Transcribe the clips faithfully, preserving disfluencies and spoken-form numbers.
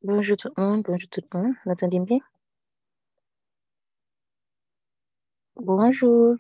Bonjour tout le monde, bonjour tout le monde. Vous m'entendez bien? Bonjour.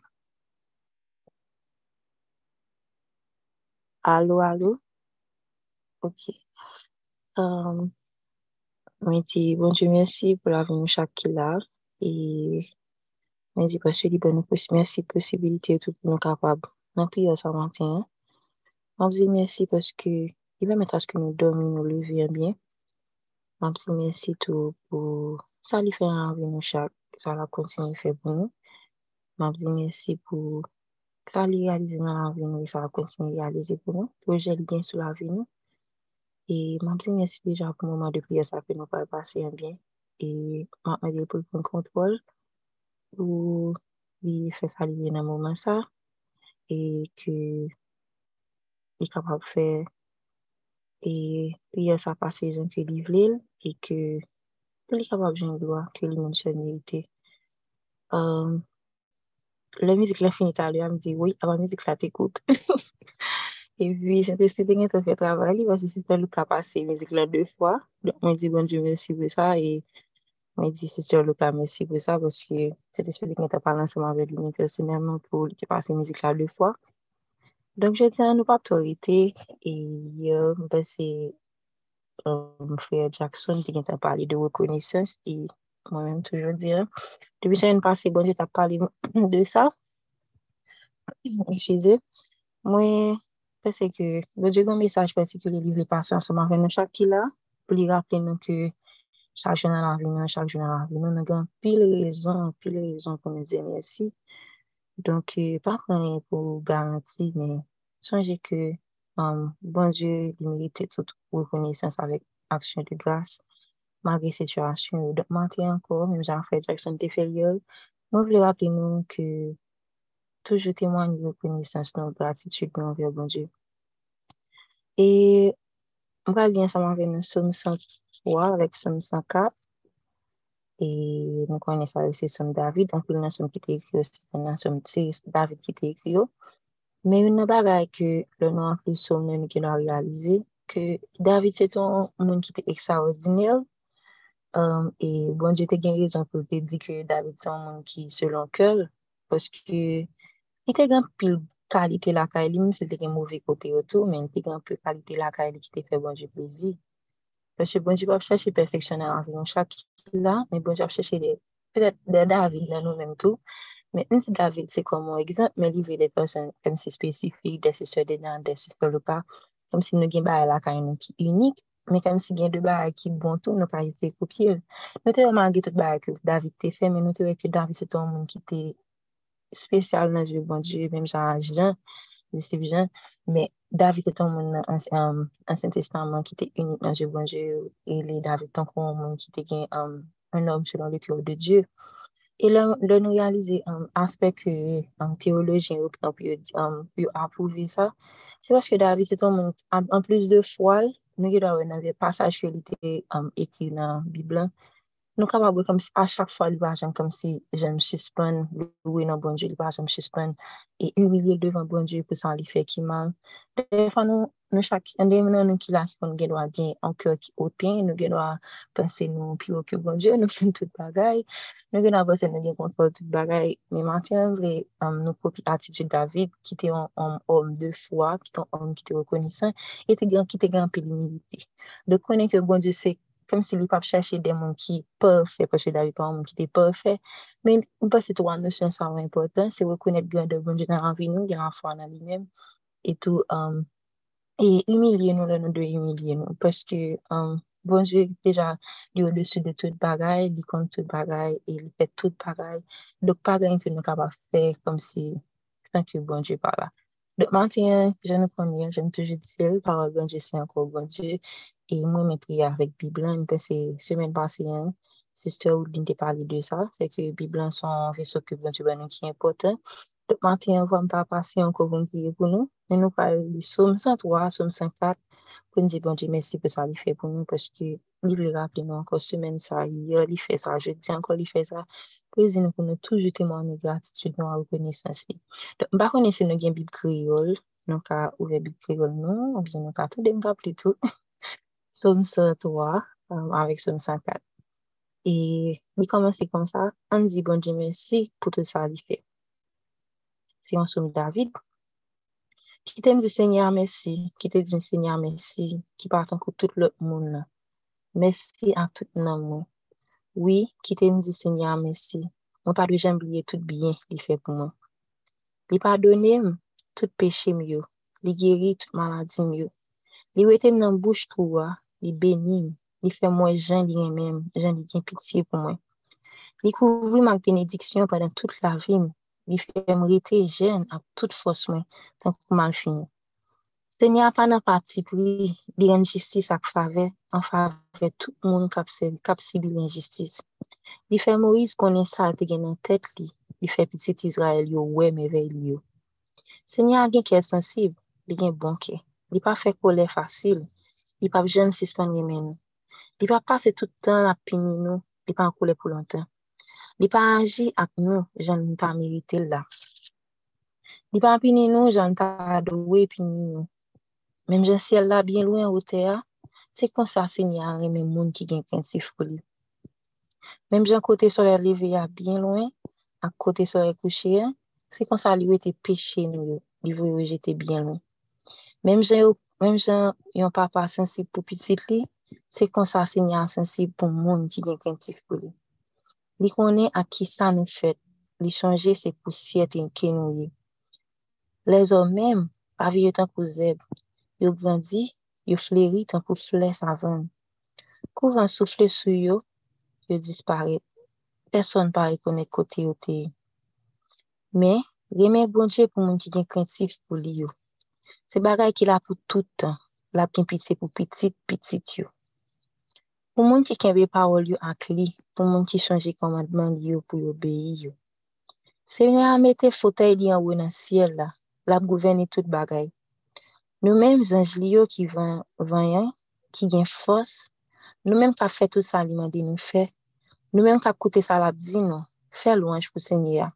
Allô, allô. OK. Euh, moi, dis bon Dieu merci pour la vie chaque qui là. Et moi, dis parce que il bon nous merci possibilité tout pour nous capable. Dans prière ça matin. On dit merci parce que il va mettre à ce que nous dormions, nous lever bien. On dit merci tout pour ça lui fait en vie nous chaque, ça la continue faire pour nous. On dit merci pour ça lui réaliser dans la vie nous, ça va continuer à réaliser pour nous. Projet bien sur la vie nous. Et m'a dit merci déjà pour le moment de prière, ça fait nous pas passer un bien. Et m'a demandé pour prendre contrôle, pour lui faire ça dans le moment ça, et que il est capable de faire, et prière ça passer gens que lui voulait, et que il est capable de jouer une gloire que lui-même se mérite. Euh, la musique l'a fini tout à l'heure, elle me dit oui, avant la musique là t'écoute. Et puis, c'est c'était bien de faire travail, parce que si c'était le cas passé, la musique là deux fois. Donc, on dit bon Dieu merci pour ça, et mais dit c'est sur le cas, merci pour ça, parce que c'est l'esprit qui n'était pas ensemble avec lui personnellement pour lui passer musique là deux fois. Donc, je tiens à nous pas autorité. Et hier, ben, c'est euh, mon frère Jackson qui a parlé de reconnaissance. Et moi-même, toujours dire, depuis la semaine passée, bon, j'ai parlé de ça. Excusez. Moi, parce que bon Dieu, un message particulier, il veut passer ensemble avec nous chaque qui là, pour lui rappeler nous que chaque jour dans la vie, nous, chaque jour dans la vie, nous avons pile raison, pile raison pour nous dire merci. Donc, euh, pas rien pour garantie, mais songez que um, bon Dieu, il mérite toute reconnaissance avec action de grâce, malgré cette situation. Donc, maintenant encore, même Jean-Fred Jackson te fait hier, nous voulons rappeler nous que toujours témoigner de reconnaissance, de gratitude envers bon Dieu. Et on va lire ensemble avec nous Somme cent trois avec Somme cent quatre. Et nous connaissons ça aussi Somme David. Donc, il y a une somme qui est écrit aussi, c'est David qui est écrit. Mais une bagaille que le nom plus somme nous qui l'a réalisé, que David c'est un monde qui était extraordinaire. Um, et bon Dieu te gain raison pour te dire que David c'est un monde qui selon cœur, parce que il était grand pile qualité la caille, même si c'était un mauvais côté autour, mais il était grand pile qualité la caille qui te fait bon Dieu plaisir. Parce que bon Dieu va chercher perfection dans environ chaque là, mais bon Dieu va chercher des, peut-être des David dans nous-mêmes tout. Mais un petit David, c'est comme un exemple, mais livrer des personnes comme c'est spécifique, des sœurs dedans, des sœurs le cas, comme si nous avons des là quand même qui unique, mais comme si nous avons deux bails qui bon tout, nous pas essayer de copier. Nous avons malgré tout bail que David t'a fait, mais nous avons que David c'est un monde qui était spécial dans Dieu, bon Dieu, même Jean, Jean, c'est Jean, mais David c'est un monde en Ancien Testament qui était unique dans Dieu, bon Dieu, et les David, tant qu'on monde qui était un, un homme selon le cœur de Dieu. Et là, là nous réaliser un aspect que un théologien ou peut um, approuver ça, c'est parce que David, c'est un monde, en, en plus de foi, nous avons un passage qui était um, écrit dans la Bible. Nous sommes capables, comme si à chaque fois, il va comme si je me suspends, louer dans bon Dieu, il va me suspendre et humilier devant bon Dieu pour ça lui faire qui mal. Des fois, nous, nous chaque, un de nous qui là, qui nous doit bien en cœur qui hautain, nous doit penser nous plus haut que bon Dieu, nous faisons toute bagaille, nous doit penser nous bien contrôle toute bagaille. Mais maintenant, vrai, um, nous copie attitude David, qui était un, un homme de foi, qui était un homme qui était reconnaissant, et qui était grand peu l'humilité. De connaître que bon Dieu, c'est comme si les papes cherchaient des gens qui parfaits, parce que David pas un monde qui était parfait. Mais on pense que trois notions sont importantes, c'est reconnaître bien de bon Dieu dans la vie, nous, dans la foi en lui-même, et tout, um, et humilier nous, là, nous devons humilier nous, parce que um, bon Dieu, déjà, il est au-dessus de toute bagaille, il compte toute bagaille, et il fait toute bagaille. Donc, pas rien que nous sommes capables de faire comme si, sans que bon Dieu par là. Donc, maintenant, je ne connais, j'aime toujours dire, par bon Dieu, c'est encore bon Dieu. Et moi, mes prières avec Bible, je pense que semaine passée, hein, Sister Woodline t'a parlé de ça, c'est que Bible, sont un vaisseau que bon Dieu va nous qui est important. Donc, maintenant, on va pas passer encore pour prier pour nous, mais nous parlons du psaume cent trois, psaume cent quatre, pour nous dire bon Dieu, merci pour ça, il fait pour nous, parce que il veut rappeler nous encore semaine ça, hier, il fait ça, jeudi encore, il fait ça. Pour nous, pour nous toujours témoigner de gratitude, nous, en reconnaissance. Donc, je ne sais pas si nous avons une Bible créole, nous avons ouvert Bible créole, non, ou bien nous avons tout de même tout. Psaume cent trois, um, avec Somme cent quatre. Et il commence comme ça, on dit bon Dieu merci pour tout ça qu'il fait. C'est un Somme David qui t'aime dit Seigneur merci, qui te dit Seigneur merci, qui part contre tout le monde là. Merci à tout le monde. Oui, qui t'aime dit Seigneur merci. Moi pas de jamais oublier tout bien qu'il fait pour moi. Il pardonne tout péché mieux, il guérit toute maladie mieux. Il rete dans bouche toi, il bénit, il fait moi Jean lui même, Jean lui gain pitié pour moi. Il couvre ma bénédiction pendant toute la vie. Il fait me rester jeune à toute force moi tant que mal fini. Seigneur pas dans parti pris, il rend justice à faveur en faveur tout le monde qui a subi l'injustice. Il fait Moïse connaît ça te gen en tête li, il fait petit Israël yo ouais merveille yo. Seigneur gen cœur sensible, il gen bon cœur. Il pas fait colère facile, il pas jamais suspendre men. Il pas passer tout le temps à punir nous, il pas en colère pour longtemps. Il pas agir avec nous, j'en pas mérité là. Il pas punir nous, j'en pas doué punir nous. Même je ciel là bien loin au terre, c'est comme ça Seigneur remet monde qui gen craintif pour lui. Même j'en côté soleil levé à bien loin, à côté soleil couché, c'est comme ça lui était péché nous, il veut rejeter bien loin. Même j'en même j'en yon papa sensible pour petit li, c'est comme ça Seigneur sensible pour monde qui gen craintif pour lui. Li connaît à qui ça nous fait, li changer ses poussières que nous. Les hommes même, pas vieux tant que zèbre, yo grandi, yo fleuri tant que fleur savane. Quand vent souffle sur yo, yo disparaît. Personne pas reconnaître côté yo te. Mais remet bon Dieu pour moun qui gen craintif pour li yo. C'est bagay qui la pour tout temps, la gen pitié pour petit petit yo. Pour moun qui kembe parole yo ak li, pour moun qui changer commandement li yo pour yo obéir yo. Seigneur mette fauteuil li en haut dans ciel là, la gouverner toute bagay. Nous mêmes anges li yo qui van vanyan, qui gen force, nous mêmes qu'a fait tout ça li mande nous faire. Nous mêmes qu'a coûté ça la dit non, faire louange pour Seigneur.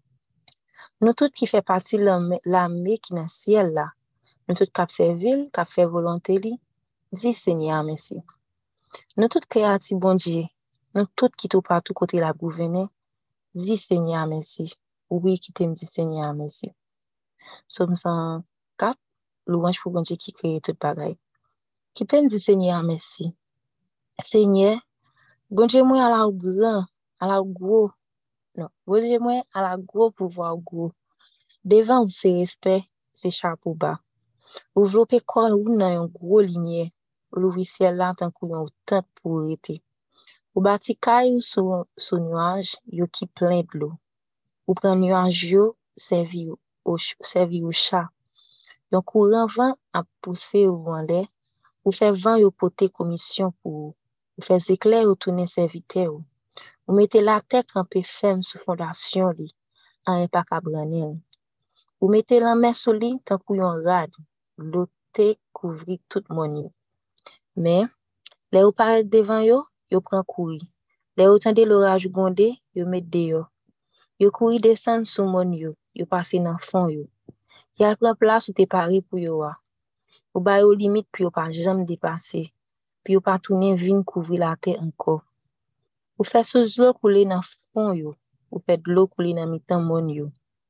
Nous tout qui fait partie de l'armée qui dans ciel là, nous tout cap servir, cap faire volonté li, dis Seigneur merci. Nous tout créatif bon Dieu, nous tout qui tout partout côté la gouverner, dis Seigneur merci. Oui qui t'aime dit Seigneur merci. Somme cent quatre, louange pour bon Dieu qui crée toute bagaille. Qui t'aime dit Seigneur merci. Seigneur, bon Dieu moi à la grand, à la gros. Non, bon Dieu moi à la gros pouvoir gros. Devant ou c'est respect, c'est chapeau bas. Ouvlope corps ou nan yon gros lumière. Ou l'ouvri ciel là tant qu'on yon tente pour été. Ou bati kay ou sous sous nuage, yo qui plein de l'eau. Ou prend nuage yo, servi au servi au chat. Yon courant vent a poussé ou en l'air. Ou fait vent yo porter commission pour ou fait éclair ou tourner serviteur. Ou mettez la tête campé ferme sous fondation li, en pas ka branel. Ou mettez la main sur li tant qu'on yon rad, l'eau te couvri tout mon yo. Mais, les ou paraît devant yo, yo prend courir. Les ou tande l'orage gondé, yo met dehors. Yo couri descend sous mon yo, yo passe dans fond yo. Yal prend place ou te paré pour yo wa. Ou ba yo limite puis yo pas jamais dépasser. Puis yo pas tourner vinn couvrir la terre encore. Ou fait sous l'eau couler dans fond yo, ou fait de l'eau couler dans mi-temps mon yo.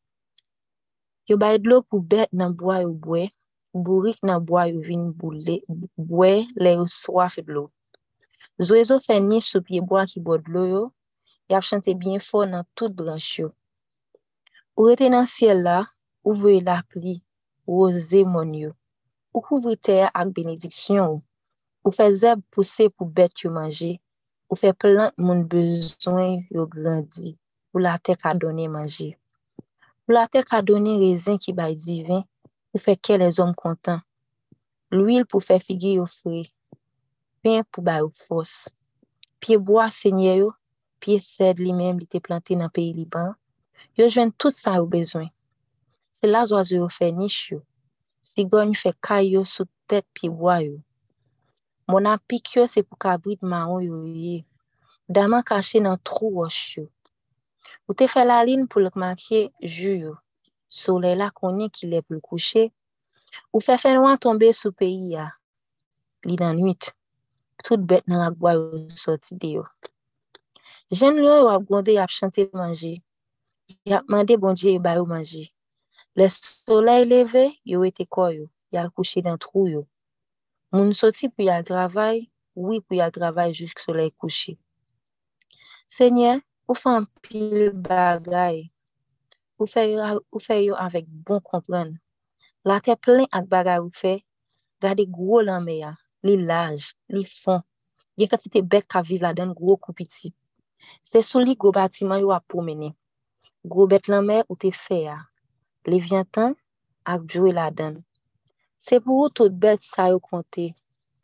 Yo bay de l'eau pour bête dans bois yo bois, bourrique dans bois yo vinn boule, bois les yo soif de l'eau. Zoezo fait ni sous pied bois qui boit de l'eau yo, y a chanté bien fort dans toute branche yo. Ou rete dans ciel là, ou voye la pluie, ou ose mon yo. Ou couvre terre avec bénédiction, ou fait zèbre pousser pour bête yo manger, ou fait plante mon besoin yo grandi, ou la terre a donné manger. Ou la terre a donné raisin qui bail divin, ou fait que les hommes contents. L'huile pour faire figuer yo frais, pain pour bail force. Pied bois seigneur yo, pied cèdre lui-même il était planté dans pays Liban. Yo joine tout ça au besoin. C'est là oiseau yo fait niche yo. Cigogne fait caillou sous tête pied bois yo. Mon apic yo c'est pour cabrit marron yo yé. Daman caché dans trou roche yo. Ou te fait la ligne pour le marquer jour yo. Soleil là connaît qu'il est pour coucher. Ou fait faire noir tomber sous pays ya. Li dans nuit. tout bête dans la bois yo sorti de yo. Jeune yo a gondé a chanter manger. Y a demandé bon Dieu ba yo manger. Le soleil levé, yo était quoi yo, y a couché dans trou yo. Moun sorti pour y aller travail, oui pour y aller travail jusqu'au soleil couché. Seigneur, ou fait un pile bagay, ou fait ou fait yo avec bon comprendre. La terre plein ak bagay ou fait, gade gros lanme ya, li large, li fond. Gen quantité bête ka vivre là dedans gros kou petit. C'est sous li gros bâtiment yo a promener. Gros bête lanme ou te fait ya. Léviathan ak jouer là dedans. C'est pour tout bête ça yo compter.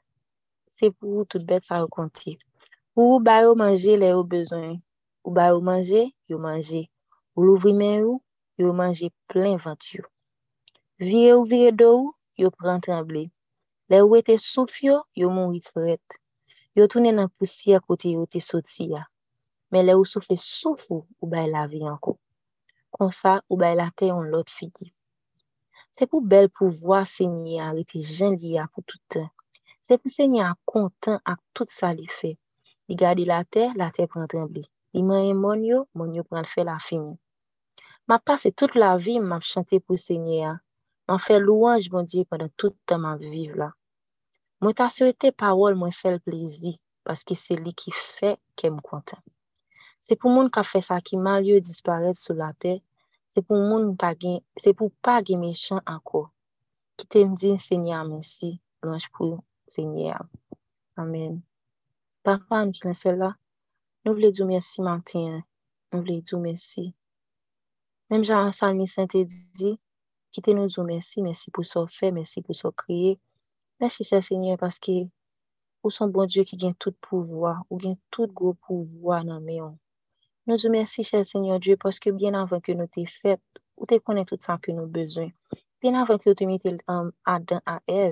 C'est pour tout bête ça yo compter. Pour ba yo manger les yo besoin. Ou ba yo manger, yo manger. Ou l'ouvrir main ou, yo manger plein ventre yo. Vire ou vire d'eau, yo prend trembler. Les ou était souffle yo, yo mouri fret. Yo tourne dans poussière côté yo te sorti ya. Mais les ou souffle souffle ou bay la vie encore. Comme ça, ou bay la terre on l'autre fille. C'est pour bel pouvoir Seigneur arrêter Jean li a pour tout temps. C'est pour Seigneur content avec tout ça li fait. Il garde la terre, la terre prend trembler. Il m'a mon yo, mon yo prend faire la fin. M'a passé toute la vie m'a chanter pour Seigneur. M'a fait louange bon Dieu pendant tout temps m'a vivre là. Moi t'a souhaité parole moi fait plaisir parce que c'est lui qui fait qu'elle content. C'est pour monde qui fait ça qui mal yo disparaître sur la terre. C'est pour monde pas gain, c'est pour pas gain méchant encore. Qui te me dit Seigneur merci, louange pour Seigneur. Amen. Papa, nous qui sommes là, nous voulons dire merci matin. Nous voulons dire merci. Même Jean Salmi Saint dit, qui te nous dire merci, merci pour ce fait, merci pour ce créé. Merci cher Seigneur parce que vous son bon Dieu qui gagne tout pouvoir, ou gagne tout gros pouvoir dans mes mains. Nous disons merci cher Seigneur Dieu parce que bien avant que nous t'ai fait, ou te connais tout ça que nous besoin. Bien avant que tu mettes um, Adam à Ève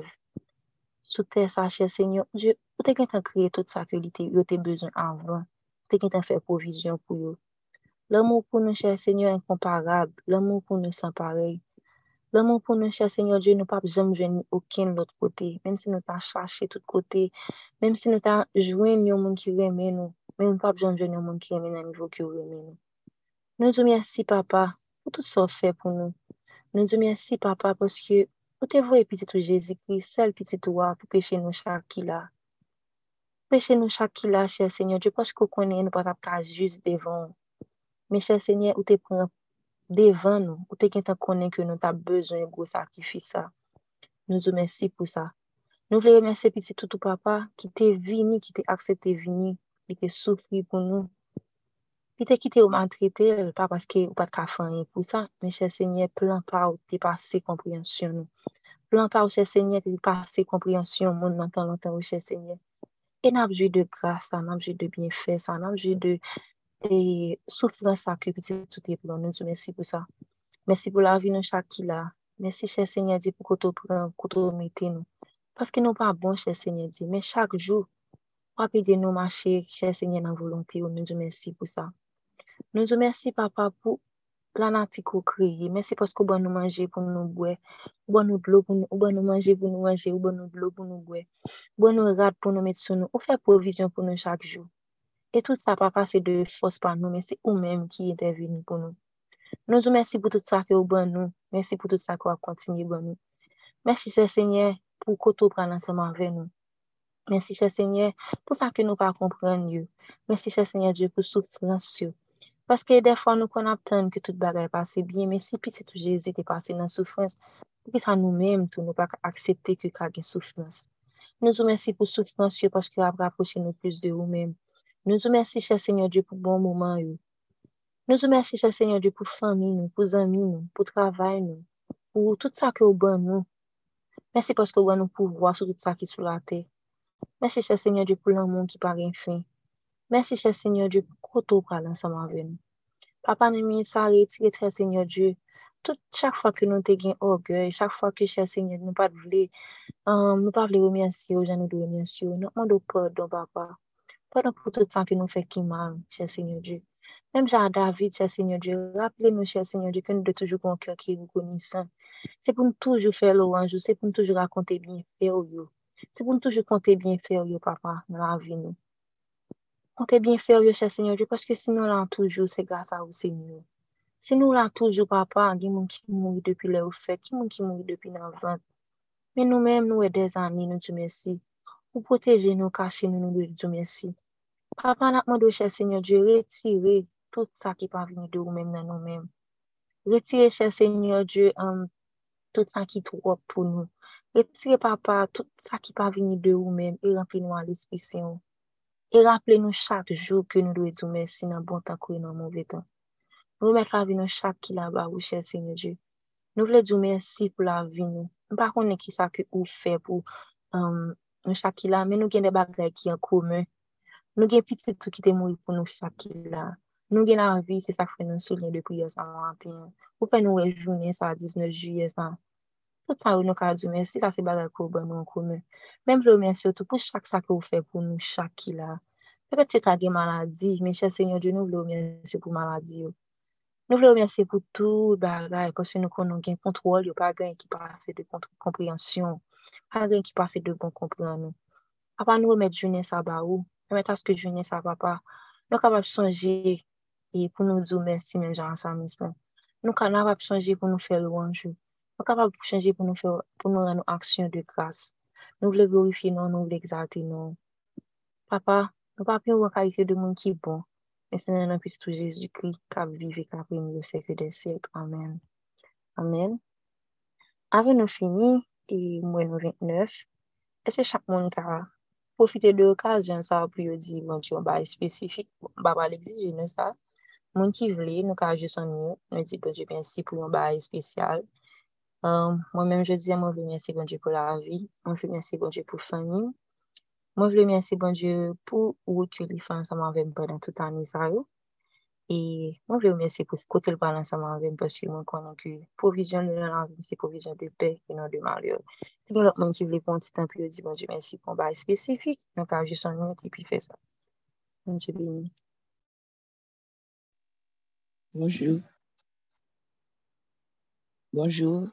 sous terre ça cher Seigneur Dieu, ou te gagne créer tout ça que tu as besoin avant. Tu gagne faire provision pour eux. L'amour pour nous cher Seigneur incomparable, l'amour pour nous sans pareil. L'amour pour nous, cher Seigneur Dieu, nous pas jamais joindre aucun autre côté. Même si nous t'as cherché tout côté, même si nous t'as joindre un monde qui aime nous, mais nous pas jamais joindre un monde qui aime dans le niveau qui aime nous. Nous disons merci, papa, pour tout ça fait pour nous. Nous disons merci, papa, parce que vous te voyez petit tout Jésus-Christ, seul petit toi, pour pécher nous chaque là. Pécher nous chaque là, cher Seigneur Dieu, parce que vous connaissez nous pas qu'à juste devant. Mais cher Seigneur, vous te prend devant nous, ou te qu'à connaître que nous avons besoin de gros sacrifice ça. Nous vous merci pour ça. Nous voulons remercier petit tout papa qui t'est venu, qui t'a accepté venir, qui t'a souffert pour nous. Qui t'a quitté ou maltraité, pas parce que ou pas de faire pour ça, mais cher Seigneur, plan par ou t'es passé compréhension nous. Plan par ou cher Seigneur, t'es passé compréhension mon longtemps longtemps cher Seigneur. Et n'a besoin de grâce, n'a besoin de bienfait, ça n'a besoin de et souffrance ça que petit tout est pour nous. Merci pour ça. Merci pour la vie de chaque qui là. Merci cher Seigneur Dieu pour que tu prends, que tu mettes nous. Parce que nous pas bon cher Seigneur Dieu, mais chaque jour, pour aider nous marcher, cher Seigneur dans volonté, nous nous merci pour ça. Nous nous merci papa pour la nature qu'on crée. Merci parce que vous nous manger pour nous boire, vous nous de l'eau pour nous, vous nous manger pour nous manger, vous nous de l'eau pour nous boire, vous nous regarde pour nous mettre sur nous, vous fait provision pour nous chaque jour. Et tout ça papa c'est de force par nous, mais c'est vous-même qui intervenez pour nous. Nous vous merci pour tout ça que vous bonne nous. Merci pour tout ça que vous continuez pour nous. Merci, cher Seigneur, pour que tu prennes ensemble avec nous. Merci, cher Seigneur, pour ça que nous ne pas comprendre. Merci, cher Seigneur Dieu, pour souffrance. Parce que des fois, nous connaissons que tout bagaille passe bien, mais si petit tout Jésus est passé dans la souffrance, pour ça nous-mêmes, nous ne pas accepter que qu'il y a souffrance. Nous vous merci pour souffrance parce que vous rapprochez nous plus de vous-même. Nous vous merci, cher Seigneur Dieu, pour bon moment. Nous vous merci, cher Seigneur Dieu, pour famille, nous, pour amis, nous, pour travail, nous, pour tout ça que vous bon nous. Merci parce que vous nous pouvoir sur tout ça qui est sur la terre. Merci, cher Seigneur Dieu, pour l'amour qui paraît fin. Merci, cher Seigneur Dieu, pour que tu parles ensemble avec nous. Papa, nous nous ça retiré, cher Seigneur Dieu. Tout, chaque fois que nous avons orgueil, chaque fois que, cher Seigneur, nous ne pas voulu, um, nous pas voulu remercier, aux gens nous de remercier. Nous demandons pardon, papa. Pardon pour tout ça que nous fait qui mal, cher Seigneur Dieu. Même Jean David, cher Seigneur Dieu, rappelez-nous, cher Seigneur Dieu, que nous devons toujours avoir un cœur qui est reconnaissant. C'est pour nous toujours faire l'orange, c'est pour nous toujours raconter bien faire. C'est pour nous toujours compter bien faire, yo, papa, dans la vie, nous. Compter bien faire, yo, cher Seigneur Dieu, parce que sinon, là, toujours, c'est grâce à vous, Seigneur. Si nous, là, toujours, papa, il y a des gens qui mourent depuis leur fait, il y a des gens qui mourent depuis leur vingt. Mais nous-mêmes, nous, des amis, nous, Dieu merci. Pour protéger nous, cacher nous, nous, Dieu merci. Papa, nous demandons, cher Seigneur Dieu, retirer tout ça qui pas venir de nous-mêmes dans nous-mêmes. Retirer, cher Seigneur Dieu, um, tout ça qui est trop pour nous. Retirez, papa, tout ça qui pas venir de nous-mêmes et remplis-nous à l'Esprit Saint. Et rappelez-nous chaque jour que nous devons dire merci dans le bon temps et dans le mauvais temps. Nous remettons la vie nous chaque qui là-bas, cher Seigneur Dieu. Nous voulons dire merci pour la vie nous. Nous ne connaissons pas qui ça que vous faites pour um, nous chaque qui là, mais nous avons des bagages qui sont en commun. Nous avons des petits trucs qui sont morts pour nous chaque qui là. Nous avons la vie, c'est ça qui fait nous souvenir de prière cent vingt et un. Vous faites nous réjouir ça dix-neuf juillet ça. Tout ça nous avons dit merci, ça c'est bagages pour nous en commun. Même je remercie surtout pour chaque ça que vous faites pour nous chaque qui là. Peut-être que tu as des maladies, mais cher Seigneur Dieu, nous voulons remercier pour maladie. Nous voulons remercier pour tout bagage parce que nous connaissons un contrôle, il n'y a pas de qui passe de compréhension, pas de qui passe de bon compréhension. Papa, nous remettre jeunesse à baou, remettre à ce que jeunesse à papa, nous capables de changer et pour nous dire merci même Jean Samis. Nous capables de changer pour nous faire louange. Nous capables de changer pour nous faire pour nous rendre action de grâce. Nous voulons glorifier nous, nous voulons exalter nous. Papa, nous ne pouvons pas qualifier de monde qui est bon. Mais c'est dans le Christ Jésus-Christ qui vive et qui règne au siècle des siècles. Amen. Amen. Avant de finir, et moi, nous vingt-neuf, est-ce que chaque monde a profité de l'occasion ça pour dire, bon Dieu, un spécifique, bah, pas l'exiger, non, ça. Monde qui veut, nous avons juste en nous, nous dit, bon Dieu, merci pour un bail spécial. Um, moi-même, je dis, moi, je remercie bon Dieu pour la vie. Moi, je remercie bon Dieu pour la famille. Moi, je remercie bon Dieu pour où que les femmes ensemble avec moi pendant toute l'année. Et moi, je remercie pour ce côté le balance ensemble avec moi parce que moi, connais que provision de la vie, c'est provision de paix et non de malheur. Si quelqu'un d'autre qui veut prendre un petit temps pour dire bon Dieu, merci pour un bail spécifique, donc, à juste en minute et puis fait ça. Bon Dieu béni. Bonjour. Bonjour.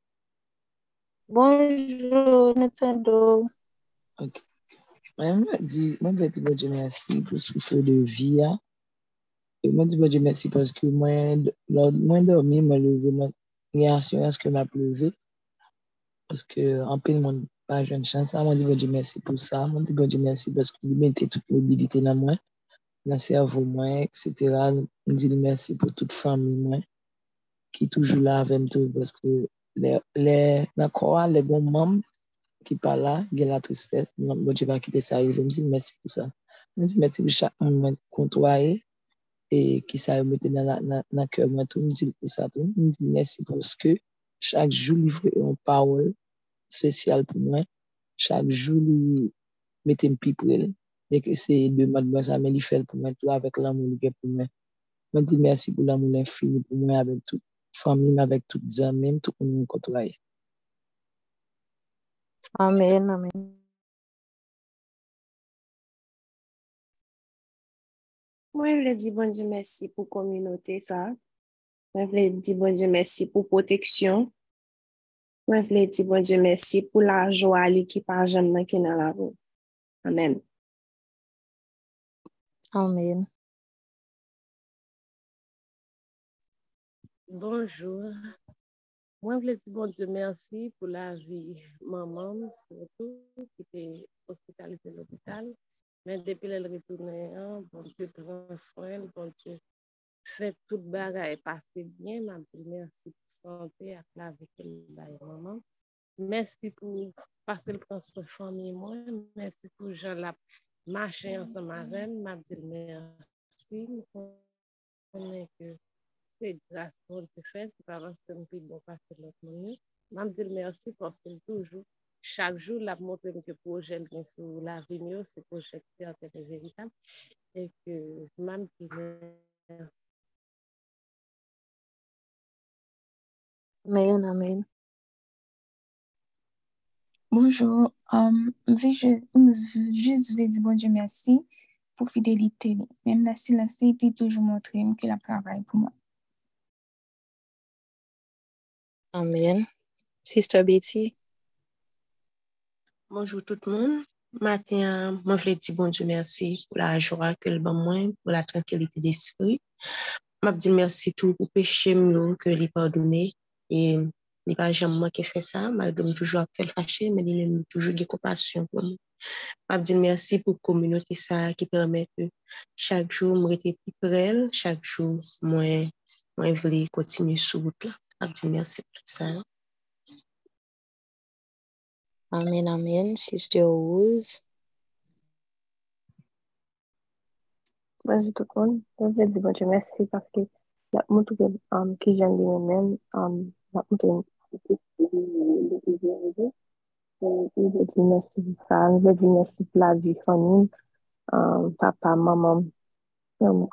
Bonjour, Nintendo. Ok. Moi, je dis, moi, je dis bon Dieu merci pour ce souffle de vie. Hein. Et moi, je dis bon Dieu merci parce que moi, lors moi dormi, moi, levé, ma réaction à ce que m'a levé. Parce que, en peu, mon pas jeune chance. Moi, je dis bon Dieu merci pour ça. Moi, je dis bon Dieu merci parce que vous mettez toute mobilité dans moi, dans le cerveau, moi, et cetera. Je dis merci pour toute famille, moi, qui est toujours là avec nous parce que les, les, dans le corps, les bons membres, qui parle là, il y a la tristesse. Bon Dieu va quitter ça. Je me dis merci pour ça. Je me dis merci pour chaque moment côtoyé et qui ça mettait dans la dans, dans cœur moi tout. Je me dis pour ça tout. Je me dis merci parce que chaque jour livre une parole spéciale pour moi. Chaque jour il mettait un pied pour elle. Et que c'est de moi ça mais il fait pour moi tout avec l'amour qu'il a pour moi. Je me dis merci pour l'amour infini pour moi avec toute famille, avec toutes les amis, tout le monde côtoyé. Amen, amen. Moi, je voulais dire bon Dieu merci pour la communauté, ça. Moi, je voulais dire bon Dieu merci pour la protection. Moi, je voulais dire bon Dieu merci pour la joie qui pas jamais manqué dans la vie. Amen. Amen. Bonjour. Moi, je voulais dire bon Dieu merci pour la vie maman, surtout, qui était hospitalisée à l'hôpital. Mais depuis qu'elle est retournée, bon Dieu prend soin, bon Dieu fait tout le bagage passer bien. Je dis merci pour la santé, avec la vie qu'elle a maman. Merci pour passer le temps sur la famille. Moi. Merci pour Jean la marcher ensemble avec moi. Je dis merci. Je que c'est grâce pour le fait, c'est pas parce que nous pouvons passer l'autre monde. Je dis merci parce que toujours, chaque jour, la montre que le projet sur la vie, c'est projet qui est véritable. Et que je dis merci. Amen, amen. Bonjour, um, je juste vais dire bon Dieu merci pour fidélité. Même la silence était toujours montré que la travail pour moi. Amen. Sister Betty. Bonjour tout le monde. Matin, moi, je dis bon Dieu merci pour la joie que le bon moi, pour la tranquillité d'esprit. Je dis merci tout pour péché mieux que les pardonner. Et il pas jamais moi qui fait ça, malgré que toujours fait le fâcher, mais il même toujours de compassion pour moi. Je dis merci pour la communauté ça qui permet que chaque jour, je rester plus près, chaque jour, moi, moi, je veux continuer sur route là. Je dis merci pour tout ça. Amen, amen. Sister Rose. Bonjour tout le monde. Je veux dire bon Dieu merci parce que la montre que um, qui j'aime bien même um, la montre que je veux dire merci pour ça. Je veux dire merci pour la vie famille, um, papa, maman. Um,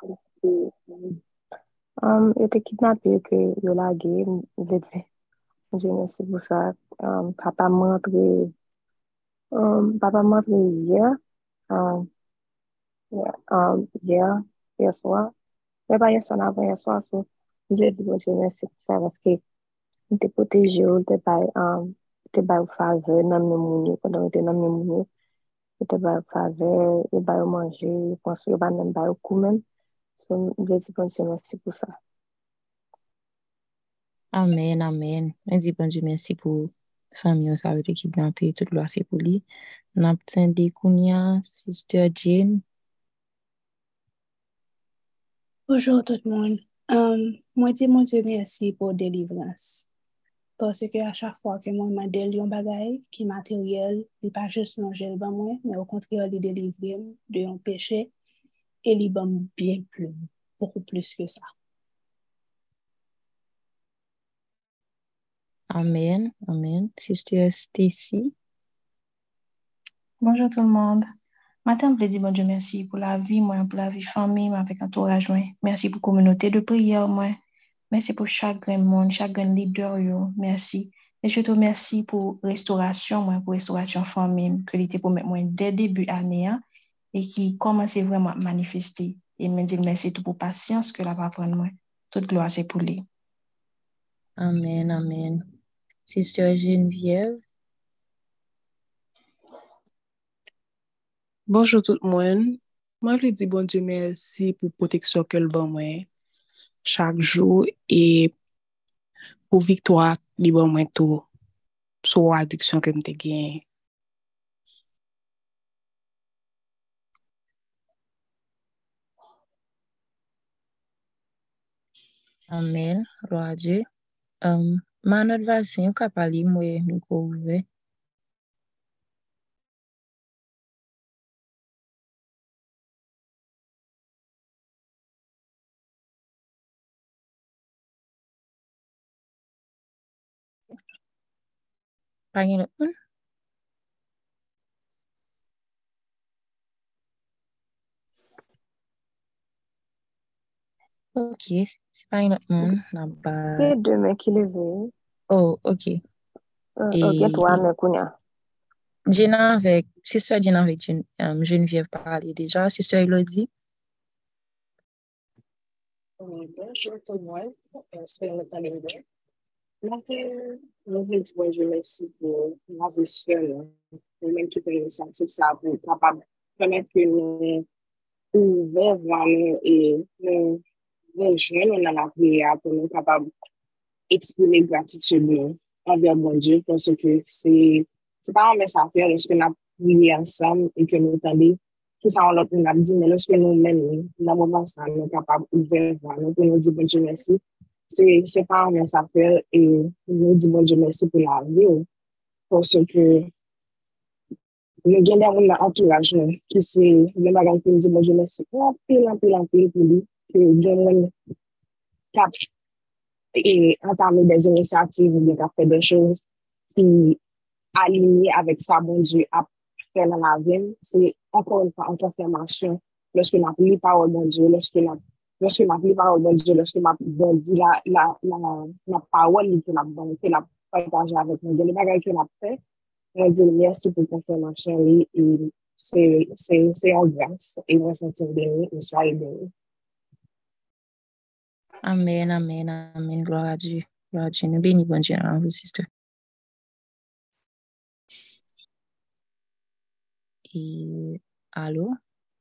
um, il était kidnappé que yo la guerre. Je veux dire bon Dieu merci pour ça. Um, papa montre um, papa montre hier. Um, yeah, um, hier, hier soir. Mais pas hier soir, avant hier soir, so, je dis bon Dieu merci pour ça parce que il te protège, il te bail, um, il te bail faveur dans le monde, pendant que tu es dans le monde, il te bail faveur, il bail manger, il pense qu'il va même bail au coup même. So, je dis bon Dieu merci pour ça. Amen, amen. Je dis bon Dieu merci pour la famille, ça veut dire kidnappé, toute gloire c'est pour lui. N'abtende Kounia, Sister Jane. Bonjour tout le monde. Um, moi dis mon Dieu merci pour délivrance. Parce que à chaque fois que moi m'a délivré un bagage qui est matériel, il n'est pas juste manger le ban moi, mais au contraire, il délivre de un péché et il ban bien plus, beaucoup plus que ça. Amen, amen. Sister Stacy. Bonjour tout le monde. Matin, je dis bon Dieu merci pour la vie, moi, pour la vie famille, avec entourage, moi. Merci pour la communauté de prière, moi. Merci pour chaque grand monde, chaque grand leader, yo. Merci. Et je te remercie pour restauration, moi, pour restauration famille, que l'été pour mettre moi dès début année, hein, et qui commence vraiment à manifester. Et me dire merci tout pour patience que la va prendre, moi. Toute gloire, c'est pour lui. Amen, amen. Sister Geneviève. Bonjour tout le monde. Moi, je dis bon Dieu merci pour la protection que le bon moi chaque jour et pour victoire li bon moi tout sur addiction que m'te gagné. Amen, gloire à Dieu. Um, Manot Vassin, ou ka pali mwe miko ouve. Pangi lot moun? Ok, si pangi lot moun, nan pa... C'est deux mains qui lèvent. Oh, ok. Euh, Et... ok, toi, mais Kounia. Jenna avec, sister Jenna avec Gen, um, Geneviève parlé déjà, sister Elodie. Bonjour tout le monde. J'espère que vous allez bien. Matin, je veux dire bon Dieu merci pour la vie seule. Et même qui peut ressentir ça pour être capable de permettre que nous ouvrons vraiment et nous rejoignons dans la prière pour nous capables d'exprimer gratitude nous envers bon Dieu parce que c'est c'est pas un message à faire lorsque nous prions ensemble et que nous entendons tout ça on l'autre nous a dit mais lorsque nous même dans le moment ça nous sommes capables d'ouvrir nous pour nous dire bon Dieu merci c'est c'est pas un message à faire et nous dire bon Dieu merci pour la vie parce que nous avons des gens dans l'entourage qui c'est le bagage qui nous dit bon Dieu merci en pile en pile en pile pour lui que nous cap et entamer des initiatives ou bien faire des choses qui alignées avec ça, bon Dieu, à faire dans la vie. C'est encore une fois en confirmation lorsque nous appelons parole bon Dieu, lorsque nous lorsque nous appelons parole bon Dieu, lorsque nous dit la, la, la, la parole que nous avons partagée avec nous, les bagages que nous avons fait, on dit merci pour confirmation et c'est c'est c'est en grâce et nous sentir béni et soyez bénis. Amen, amen, amen, gloire à Dieu. Gloire à Dieu. Nous bénis bon Dieu en vous, sister. Et allô?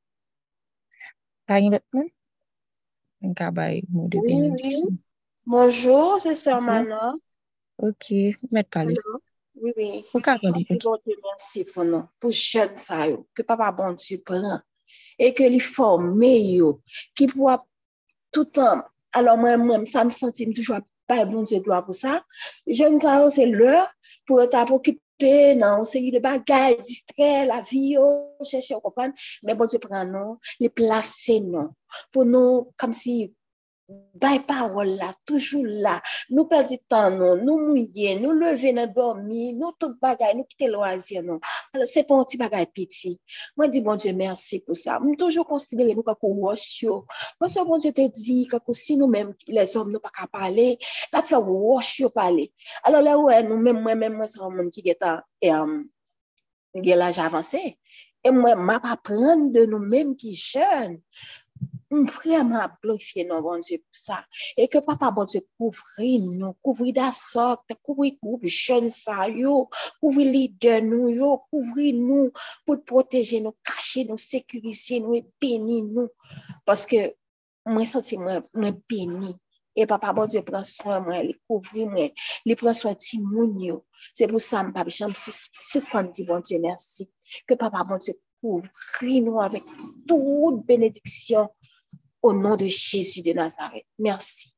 Par exemple, un cabay mot de Oui, oui. bénédiction. Bonjour, c'est Sœur Bonjour. Mana. Ok, mettre parler. Allô? Oui, oui. Ou ka parler, Merci, ok. bon Dieu, merci pour nous, pour jeune ça, yo, que papa bon Dieu prend, et que les forme yo, qui pourra tout le temps, alors moi, moi, ça me sentit toujours pas bon Dieu gloire pour ça. Jeune ça, yo, c'est l'heure pour t'occuper, non, c'est de bagaille, distrait, la vie, yo, chercher, comprendre, mais bon Dieu prend nous, les placer, non, pour nous, comme si, bay parole là, toujours là. Nous perdons du temps, non. Nous mouiller, nous lever, nous dormir, nous tout bagay, nous quitter loisir, non. Alors, c'est pas un petit bagay petit. Moi, dis bon Dieu, merci pour ça. Moi, toujours considérer nous comme wash yo. Parce que bon Dieu te dit que si nous-mêmes, les hommes, nous pas qu'à parler, la faire wash yo parler. Alors là, ouais, nous-mêmes, moi-même, moi, c'est un monde qui est en, et, um, l'âge avancé. Et moi, m'a pas prendre de nous-mêmes qui jeunes. Vraiment glorifier nos bon Dieu pour ça. Et que papa bon Dieu couvre nous, couvre d'assoc, couvre groupe jeune ça yo, couvre leader nous yo, couvre nous pour protéger nous, cacher nous, sécuriser nous et bénir nous. Parce que moi senti moi moi béni. Et papa bon Dieu prend soin moi, il couvre moi, il prend soin de moun yo. C'est pour ça me papa j'aime suspendre dit bon Dieu merci. Que papa bon Dieu couvre nous avec toute bénédiction. Au nom de Jésus de Nazareth. Merci.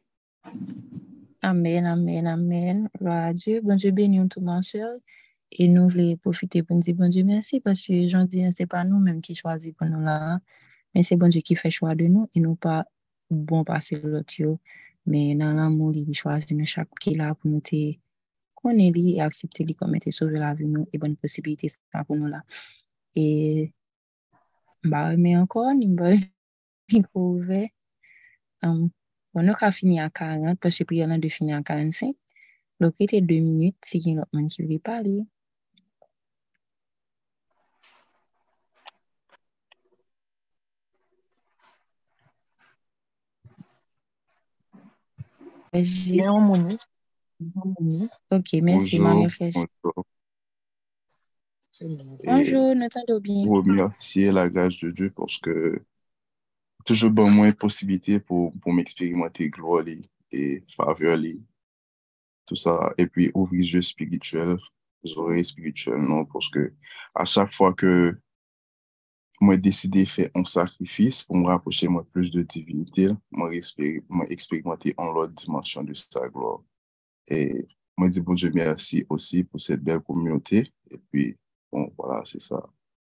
Amen, amen, amen. Gloire à Dieu. Bon Dieu bénit tout mon cher. Et nous voulons profiter pour nous dire bon Dieu merci parce que j'en dis, c'est pas nous-mêmes qui choisissons pour nous là, mais c'est bon Dieu qui fait choix de nous et nous pas bon passer l'autre. Mais dans l'amour, il choisit nous chaque qui est là pour nous te connaître et accepter lui comme être sauver la vie nous et bonne possibilité ça pour nous là. Et bah mais encore, nous va micro ouvert. Um, on a fini à quarante parce que prière là de finir à quarante-cinq. Donc, il était deux minutes si il y a autre monde qui veut parler. Il y a un monde. Ok, merci, Bonjour, Manuel Flesch. bonjour. Bonjour, nous t'entendons bien. Remercier la grâce de Dieu parce que toujours bon moins possibilité pour, pour m'expérimenter gloire li, et faveur li, tout ça. Et puis ouvrir les yeux spirituels, les oreilles spirituelles, non, parce que à chaque fois que moi décidé de faire un sacrifice pour me rapprocher moi plus de divinité, moi expéri- moi expérimenter en l'autre dimension de sa gloire. Et moi dis bon Dieu merci aussi pour cette belle communauté. Et puis, bon, voilà, c'est ça.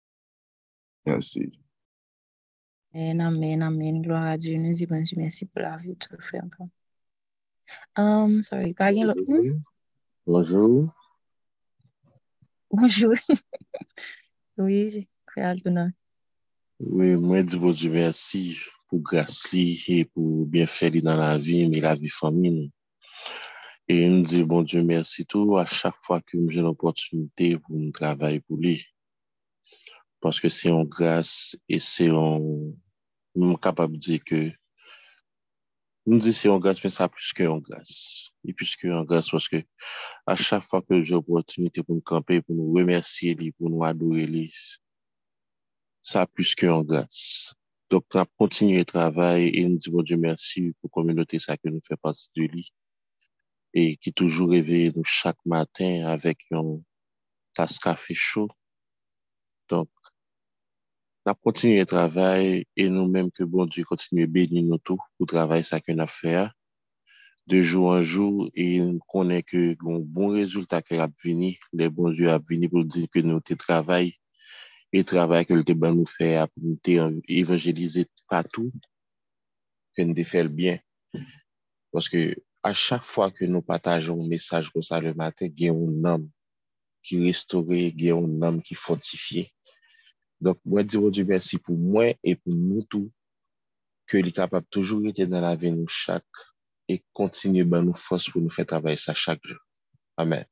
Merci. Amen, amen, amen. Gloire à Dieu. Nous disons bon Dieu merci pour la vie tout fait encore. Um, sorry, pas rien l'autre monde? Bonjour. Bonjour. Oui, frère Altona. Oui, moi, dis bon Dieu merci pour grâce li et pour bien faire li dans la vie, mais la vie famille. Et nous dis bon Dieu merci tout à chaque fois que j'ai l'opportunité pour nous travailler pour lui. Parce que c'est en grâce et c'est en, nous capable de dire que, nous dit c'est en grâce, mais ça plus que en grâce. Et plus que en grâce parce que à chaque fois que j'ai l'opportunité pour nous camper, pour nous remercier lui, pour nous adorer lui, ça plus que en grâce. Donc, on a continué le travail et nous disons Dieu merci pour la communauté ça que nous fait partie de lui et qui toujours réveille nous chaque matin avec un tasse café chaud. Donc, on a continué le travail et nous-mêmes que bon Dieu continue à bénir nous tous pour le travail ça qu'on a fait de jour en jour et nous connaît que un bon résultat qui a venu, les bons Dieu a venu pour dire que nous travail et le travail que le débat nous fait pour nous évangéliser partout, que nous fait le bien. Parce que à chaque fois que nous partageons un message comme ça le matin, il y a un homme qui restaure, il y a un homme qui fortifie. Donc, moi, je dis Dieu merci pour moi et pour nous tous, que il est capable toujours être dans la vie nous chaque et continuer à nous force pour nous faire travailler ça chaque jour. Amen.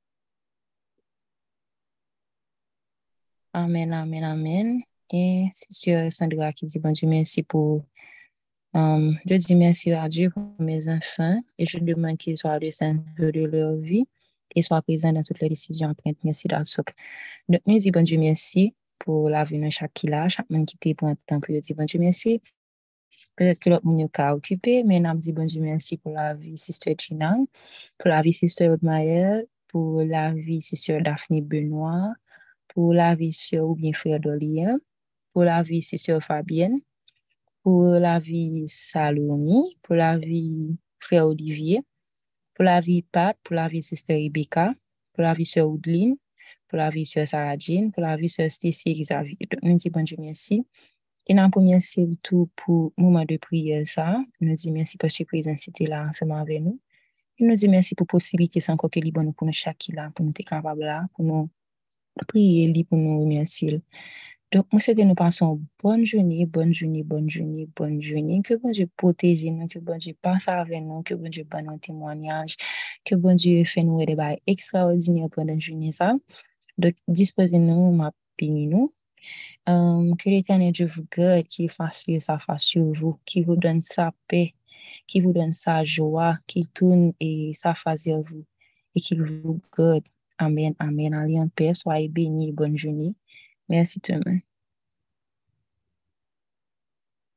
Amen, amen, amen. Et c'est sûr, Sandra qui dit bon Dieu merci pour. Um, je dis merci à Dieu pour mes enfants et je demande qu'ils soient le centre de leur vie et soient présents dans toutes les décisions empreintes. Merci d'Alsoc. Donc, nous disons bon Dieu merci pour la vie de Shakila, chaque monde qui te prend temps pour dire bon Dieu merci. Peut-être que l'autre monde est occupé, mais on dit bon Dieu merci pour la vie Sister Gina, pour la vie Sister Odmael, pour la vie Sister Daphne Benoît, pour la vie Sœur ou bien Frère Dolien, pour la vie Sister Fabienne, pour la vie Salomé, pour la vie Frère Olivier, pour la vie Pat, pour la vie Sister Rebecca, pour la vie Sœur Woodline, pour la vie Sœur Sarah Jean, pour la vie Sœur Stacy Xavier. Donc, nous disons bon Dieu merci. Et nous avons merci tout pour le moment de prière ça. Nous disons merci parce que présence était là ensemble avec nous. Et nous disons merci pour la possibilité sans encore que les bonnes pour nous chaque là, pour nous être capables là, pour nous prier, pour nous remercier. Donc, moi, c'est que nous passons bonne journée, bonne journée, bonne journée, bonne journée. Que bon Dieu protège nous, que bon Dieu passe avec nous, que bon Dieu donne nos témoignages, que bon Dieu fait nous des bails extraordinaires pendant la journée ça. Donc, disposez-nous, ma béni nous. Um, que l'Éternel Dieu vous garde, qu'il fasse sa face sur vous, qu'il vous donne sa paix, qu'il vous donne sa joie, qu'il tourne et sa face vers vous et qu'il vous garde. Amen, amen. Allez en paix, soyez bénis, bonne journée. Merci tout le monde.